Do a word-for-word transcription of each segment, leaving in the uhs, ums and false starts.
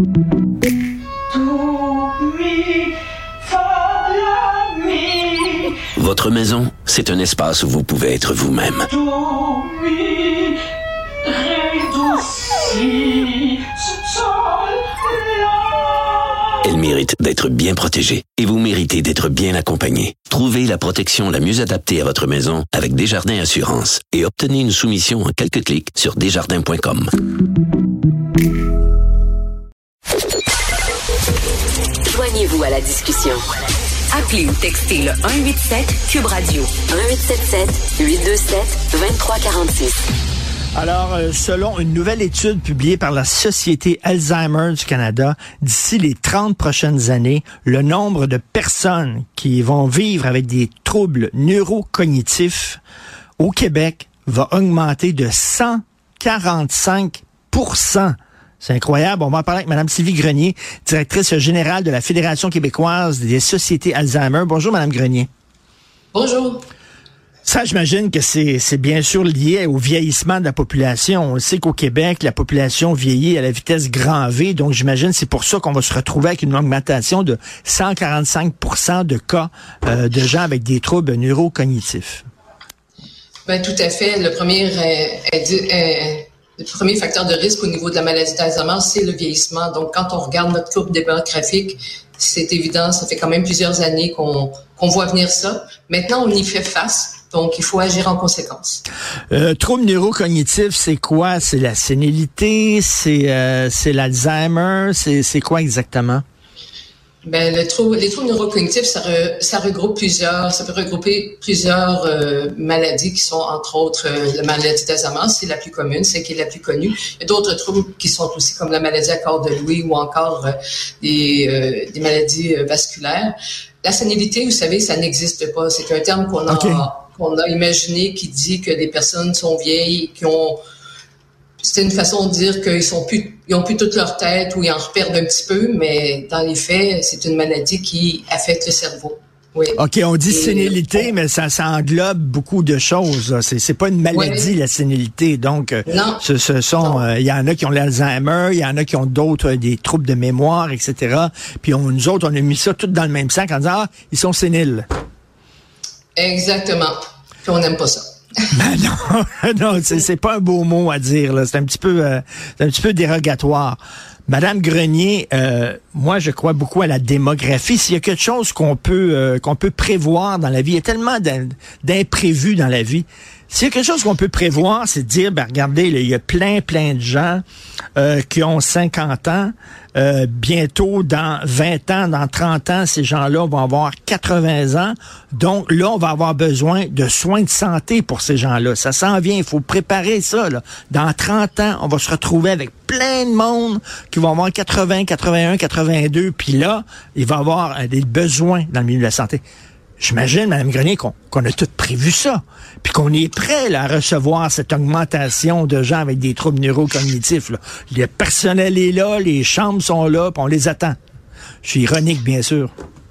Votre maison, c'est un espace où vous pouvez être vous-même. Elle mérite d'être bien protégée et vous méritez d'être bien accompagné. Trouvez la protection la mieux adaptée à votre maison avec Desjardins Assurance et obtenez une soumission en quelques clics sur desjardins point com. Joignez-vous à la discussion. Appelez ou textez le un huit sept Cube Radio. un huit sept sept huit deux sept deux trois quatre six. Alors, euh, selon une nouvelle étude publiée par la Société Alzheimer du Canada, d'ici les trente prochaines années, le nombre de personnes qui vont vivre avec des troubles neurocognitifs au Québec va augmenter de cent quarante-cinq pour cent. C'est incroyable. On va en parler avec Mme Sylvie Grenier, directrice générale de la Fédération québécoise des sociétés Alzheimer. Bonjour, Mme Grenier. Bonjour. Ça, j'imagine que c'est, c'est bien sûr lié au vieillissement de la population. On sait qu'au Québec, la population vieillit à la vitesse grand V, donc j'imagine que c'est pour ça qu'on va se retrouver avec une augmentation de cent quarante-cinq pour cent de cas euh, de gens avec des troubles neurocognitifs. Ben tout à fait. Le premier, euh, euh, le premier facteur de risque au niveau de la maladie d'Alzheimer, c'est le vieillissement. Donc, quand on regarde notre courbe démographique, c'est évident, ça fait quand même plusieurs années qu'on, qu'on voit venir ça. Maintenant, on y fait face. Donc, il faut agir en conséquence. Euh, trouble neurocognitif, c'est quoi? C'est la sénilité? C'est, euh, c'est l'Alzheimer? C'est, c'est quoi exactement? Ben, le trouble, les troubles neurocognitifs, ça, re, ça regroupe plusieurs, ça peut regrouper plusieurs euh, maladies qui sont, entre autres, euh, la maladie d'Alzheimer, c'est la plus commune, c'est qui est la plus connue. Il y a d'autres troubles qui sont aussi comme la maladie à corps de Lewy ou encore euh, des, euh, des maladies euh, vasculaires. La sénilité, vous savez, ça n'existe pas. C'est un terme qu'on a, okay. qu'on a imaginé qui dit que des personnes sont vieilles, qui ont... C'est une façon de dire qu'ils sont plus, ils ont plus toute leur tête ou ils en reperdent un petit peu, mais dans les faits, c'est une maladie qui affecte le cerveau. Oui. OK, on dit Et, sénilité, on... mais ça, ça englobe beaucoup de choses. C'est, c'est pas une maladie, oui. La sénilité. Donc, non. ce, ce sont, il euh, y en a qui ont l'Alzheimer, il y en a qui ont d'autres, euh, des troubles de mémoire, et cetera. Puis on, nous autres, on a mis ça tout dans le même sac en disant, ah, ils sont séniles. Exactement. Puis on n'aime pas ça. Ben non, non, c'est, c'est pas un beau mot à dire, là. C'est un petit peu, euh, c'est un petit peu dérogatoire. Madame Grenier, euh, moi, je crois beaucoup à la démographie. S'il y a quelque chose qu'on peut, euh, qu'on peut prévoir dans la vie, il y a tellement d'imprévus dans la vie. S'il y a quelque chose qu'on peut prévoir, c'est de dire, ben regardez, là, il y a plein, plein de gens euh, qui ont cinquante ans. Euh, bientôt, dans vingt ans, dans trente ans, ces gens-là vont avoir quatre-vingts ans. Donc là, on va avoir besoin de soins de santé pour ces gens-là. Ça s'en vient, il faut préparer ça, là. Dans trente ans, on va se retrouver avec plein de monde qui vont avoir quatre-vingts, quatre-vingt-un, quatre-vingt-deux. Puis là, il va y avoir euh, des besoins dans le milieu de la santé. J'imagine, Mme Grenier, qu'on, qu'on a tout prévu ça, puis qu'on est prêt là, à recevoir cette augmentation de gens avec des troubles neurocognitifs. Là. Le personnel est là, les chambres sont là, puis on les attend. Je suis ironique, bien sûr.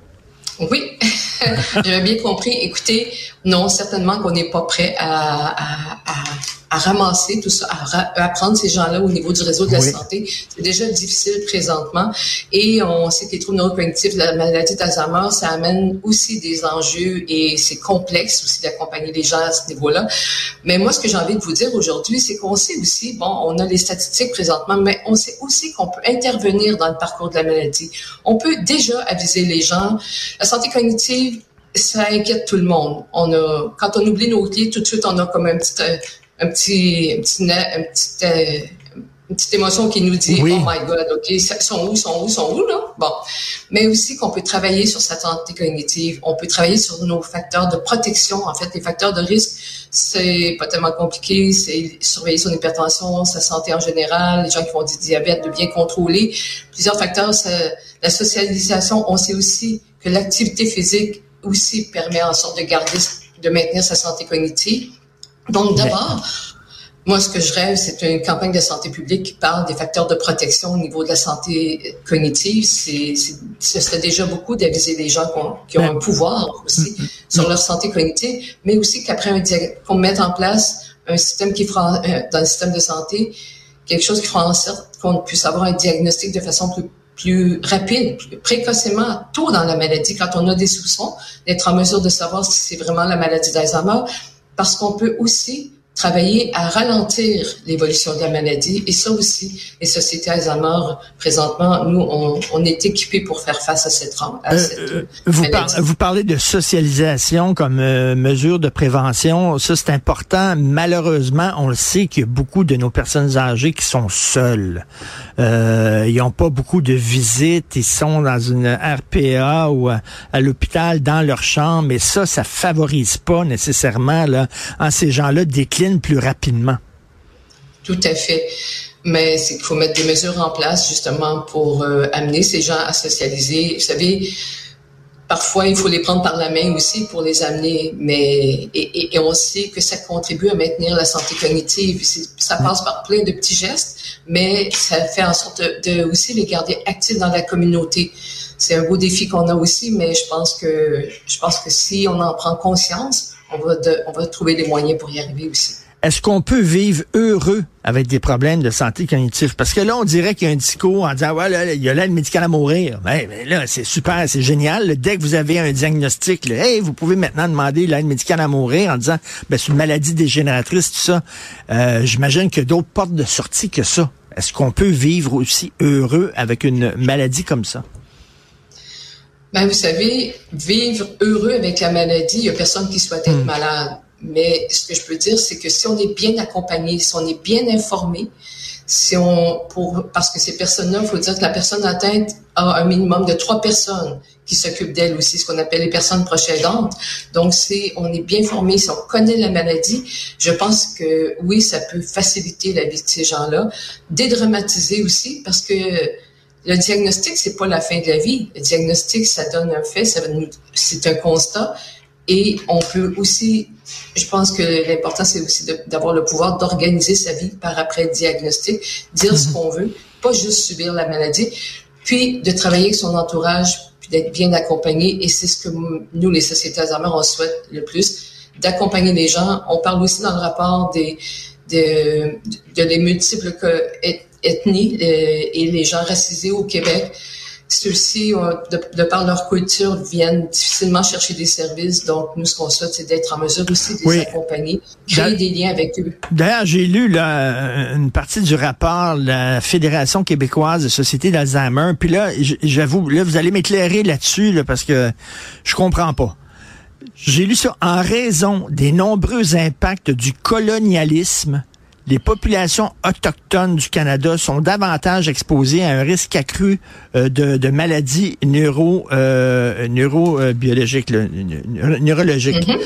Oui, j'avais bien compris. Écoutez, non, certainement qu'on n'est pas prêt à, à, à, à ramasser tout ça, à, ra- à prendre ces gens-là au niveau du réseau de la oui. santé. C'est déjà difficile présentement. Et on sait que les troubles neurocognitifs, la maladie d'Alzheimer, ça amène aussi des enjeux et c'est complexe aussi d'accompagner les gens à ce niveau-là. Mais moi, ce que j'ai envie de vous dire aujourd'hui, c'est qu'on sait aussi, bon, on a les statistiques présentement, mais on sait aussi qu'on peut intervenir dans le parcours de la maladie. On peut déjà aviser les gens. La santé cognitive, ça inquiète tout le monde. On a, quand on oublie nos clés, tout de suite, on a comme un petit, un petit, un petit, un petit, euh, une petite émotion qui nous dit, oui. Oh my God, OK, ils sont où, ils sont où, ils sont où, là? Bon. Mais aussi qu'on peut travailler sur sa santé cognitive. On peut travailler sur nos facteurs de protection. En fait, les facteurs de risque, c'est pas tellement compliqué. C'est surveiller son hypertension, sa santé en général, les gens qui font du diabète, de bien contrôler. Plusieurs facteurs, c'est la socialisation. On sait aussi que l'activité physique aussi permet en sorte de garder, de maintenir sa santé cognitive. Donc, d'abord, moi, ce que je rêve, c'est une campagne de santé publique qui parle des facteurs de protection au niveau de la santé cognitive. C'est, c'est, ce serait déjà beaucoup d'aviser les gens qui ont, qui ont un pouvoir aussi sur leur santé cognitive, mais aussi qu'après un qu'on mette en place un système qui fera, dans le système de santé, quelque chose qui fera en sorte qu'on puisse avoir un diagnostic de façon plus plus rapide, plus précocement, tôt dans la maladie, quand on a des soupçons, d'être en mesure de savoir si c'est vraiment la maladie d'Alzheimer, parce qu'on peut aussi travailler à ralentir l'évolution de la maladie. Et ça aussi, les sociétés Alzheimer, présentement, nous, on, on est équipés pour faire face à cette, à cette euh, vous, par, vous parlez de socialisation comme euh, mesure de prévention. Ça, c'est important. Malheureusement, on le sait qu'il y a beaucoup de nos personnes âgées qui sont seules. Euh, ils n'ont pas beaucoup de visites. Ils sont dans une R P A ou à, à l'hôpital, dans leur chambre. Et ça, ça favorise pas nécessairement là, en ces gens-là déclinent plus rapidement. Tout à fait. Mais c'est qu'il faut mettre des mesures en place justement pour euh, amener ces gens à socialiser. Vous savez, parfois, il faut les prendre par la main aussi pour les amener, mais et, et, et on sait que ça contribue à maintenir la santé cognitive. C'est, ça passe par plein de petits gestes, mais ça fait en sorte de, de aussi les garder actifs dans la communauté. C'est un beau défi qu'on a aussi, mais je pense que je pense que si on en prend conscience, on va, de, on va trouver les moyens pour y arriver aussi. Est-ce qu'on peut vivre heureux avec des problèmes de santé cognitive? Parce que là, on dirait qu'il y a un discours en disant, ouais, là, il y a l'aide médicale à mourir. Ben, ben là, c'est super, c'est génial. Dès que vous avez un diagnostic, là, hey, vous pouvez maintenant demander l'aide médicale à mourir en disant, ben, c'est une maladie dégénératrice, tout ça. Euh, j'imagine qu'il y a d'autres portes de sortie que ça. Est-ce qu'on peut vivre aussi heureux avec une maladie comme ça? Ben, vous savez, vivre heureux avec la maladie, il n'y a personne qui souhaite être mmh. malade. Mais ce que je peux dire, c'est que si on est bien accompagné, si on est bien informé, si on, pour, parce que ces personnes-là, il faut dire que la personne atteinte a un minimum de trois personnes qui s'occupent d'elle aussi, ce qu'on appelle les personnes proches aidantes. Donc, si on est bien formé, si on connaît la maladie, je pense que oui, ça peut faciliter la vie de ces gens-là. Dédramatiser aussi, parce que le diagnostic, c'est pas la fin de la vie. Le diagnostic, ça donne un fait, ça nous, c'est un constat. Et on peut aussi, je pense que l'important, c'est aussi de, d'avoir le pouvoir d'organiser sa vie par après le diagnostic, dire ce qu'on veut, pas juste subir la maladie, puis de travailler avec son entourage, puis d'être bien accompagné. Et c'est ce que nous, les sociétés Alzheimer, on souhaite le plus, d'accompagner les gens. On parle aussi dans le rapport des, de, de les multiples ethnies et les gens racisés au Québec. Ceux-ci, de, de par leur culture, viennent difficilement chercher des services. Donc, nous, ce qu'on souhaite, c'est d'être en mesure aussi de les oui. accompagner, créer D'a- des liens avec eux. D'ailleurs, j'ai lu là, une partie du rapport de la Fédération québécoise de sociétés d'Alzheimer. Puis là, j'avoue, là, vous allez m'éclairer là-dessus là, parce que je comprends pas. J'ai lu ça. En raison des nombreux impacts du colonialisme, les populations autochtones du Canada sont davantage exposées à un risque accru euh, de, de maladies neuro, euh, neurobiologiques, là, neurologiques. Mm-hmm.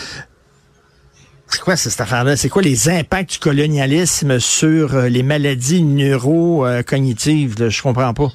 C'est quoi cette affaire-là? C'est quoi les impacts du colonialisme sur euh, les maladies neurocognitives? Euh, Je comprends pas.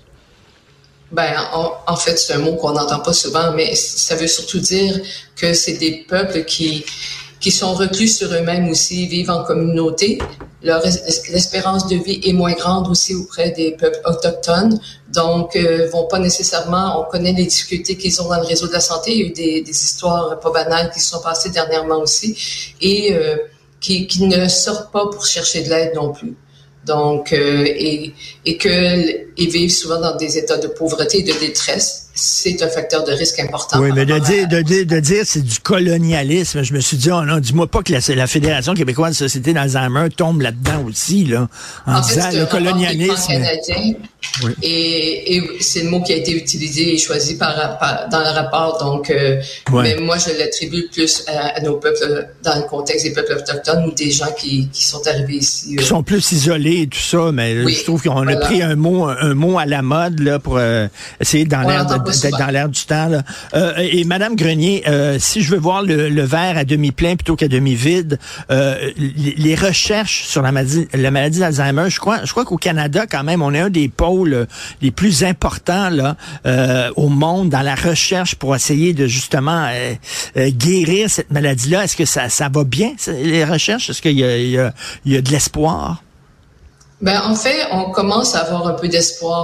Ben, en, en fait, c'est un mot qu'on n'entend pas souvent, mais ça veut surtout dire que c'est des peuples qui qui sont reclus sur eux-mêmes aussi, vivent en communauté. Leur l'espérance de vie est moins grande aussi auprès des peuples autochtones, donc euh, vont pas nécessairement. On connaît les difficultés qu'ils ont dans le réseau de la santé. Il y a eu des, des histoires pas banales qui se sont passées dernièrement aussi, et euh, qui, qui ne sortent pas pour chercher de l'aide non plus. Donc, euh, et, et que et vivent souvent dans des états de pauvreté et de détresse, c'est un facteur de risque important. Oui, mais de dire, de dire, de dire c'est du colonialisme, je me suis dit, oh non, dis-moi pas que la, la Fédération québécoise de société d'Alzheimer tombe là-dedans aussi, là, en, en disant fait, le colonialisme. Canadien, oui. et, et c'est le mot qui a été utilisé et choisi par, par dans le rapport. Donc, euh, ouais. mais moi, je l'attribue plus à, à nos peuples dans le contexte des peuples autochtones ou des gens qui, qui sont arrivés ici. Euh. Qui sont plus isolés et tout ça, mais oui, je trouve qu'on voilà. a pris un mot, un mot à la mode là pour euh, essayer dans l'air de, d'être dans l'air du temps. Là. Euh, et Madame Grenier, euh, si je veux voir le, le verre à demi plein plutôt qu'à demi vide, euh, les, les recherches sur la maladie, la maladie d'Alzheimer, je crois, je crois qu'au Canada quand même, on est un des pôles les plus importants là euh, au monde dans la recherche pour essayer de justement euh, euh, guérir cette maladie-là. Est-ce que ça, ça va bien les recherches? Est-ce qu'il y a, il y a, il y a de l'espoir? Ben en fait, on commence à avoir un peu d'espoir.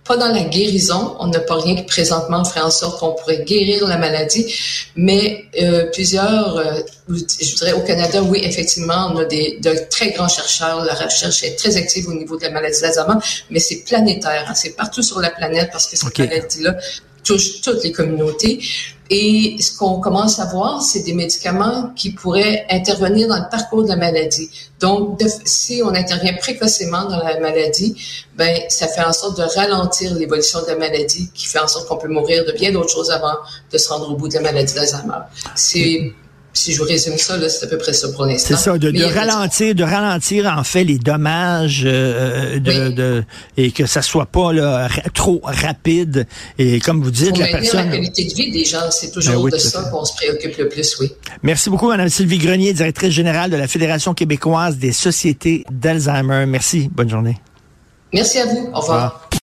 pas dans la guérison. On n'a pas rien qui présentement ferait en sorte qu'on pourrait guérir la maladie, mais euh, plusieurs, euh, je dirais au Canada, oui, effectivement, on a des de très grands chercheurs. La recherche est très active au niveau de la maladie d'Alzheimer, mais c'est planétaire, hein, c'est partout sur la planète parce que cette okay. maladie-là touche toutes les communautés. Et ce qu'on commence à voir, c'est des médicaments qui pourraient intervenir dans le parcours de la maladie. Donc, de, si on intervient précocement dans la maladie, ben ça fait en sorte de ralentir l'évolution de la maladie, qui fait en sorte qu'on peut mourir de bien d'autres choses avant de se rendre au bout de la maladie d'Alzheimer. C'est Si je vous résume ça, là, c'est à peu près ça pour l'instant. C'est ça, de, de ralentir, de ralentir en fait les dommages, euh, de, oui. de, et que ça soit pas là, ra- trop rapide. Et comme vous dites, pour la personne. La qualité de vie des gens, c'est toujours ben oui, de ça fait. qu'on se préoccupe le plus, oui. Merci beaucoup, Mme Sylvie Grenier, directrice générale de la Fédération québécoise des sociétés d'Alzheimer. Merci, bonne journée. Merci à vous. Au revoir. Au revoir.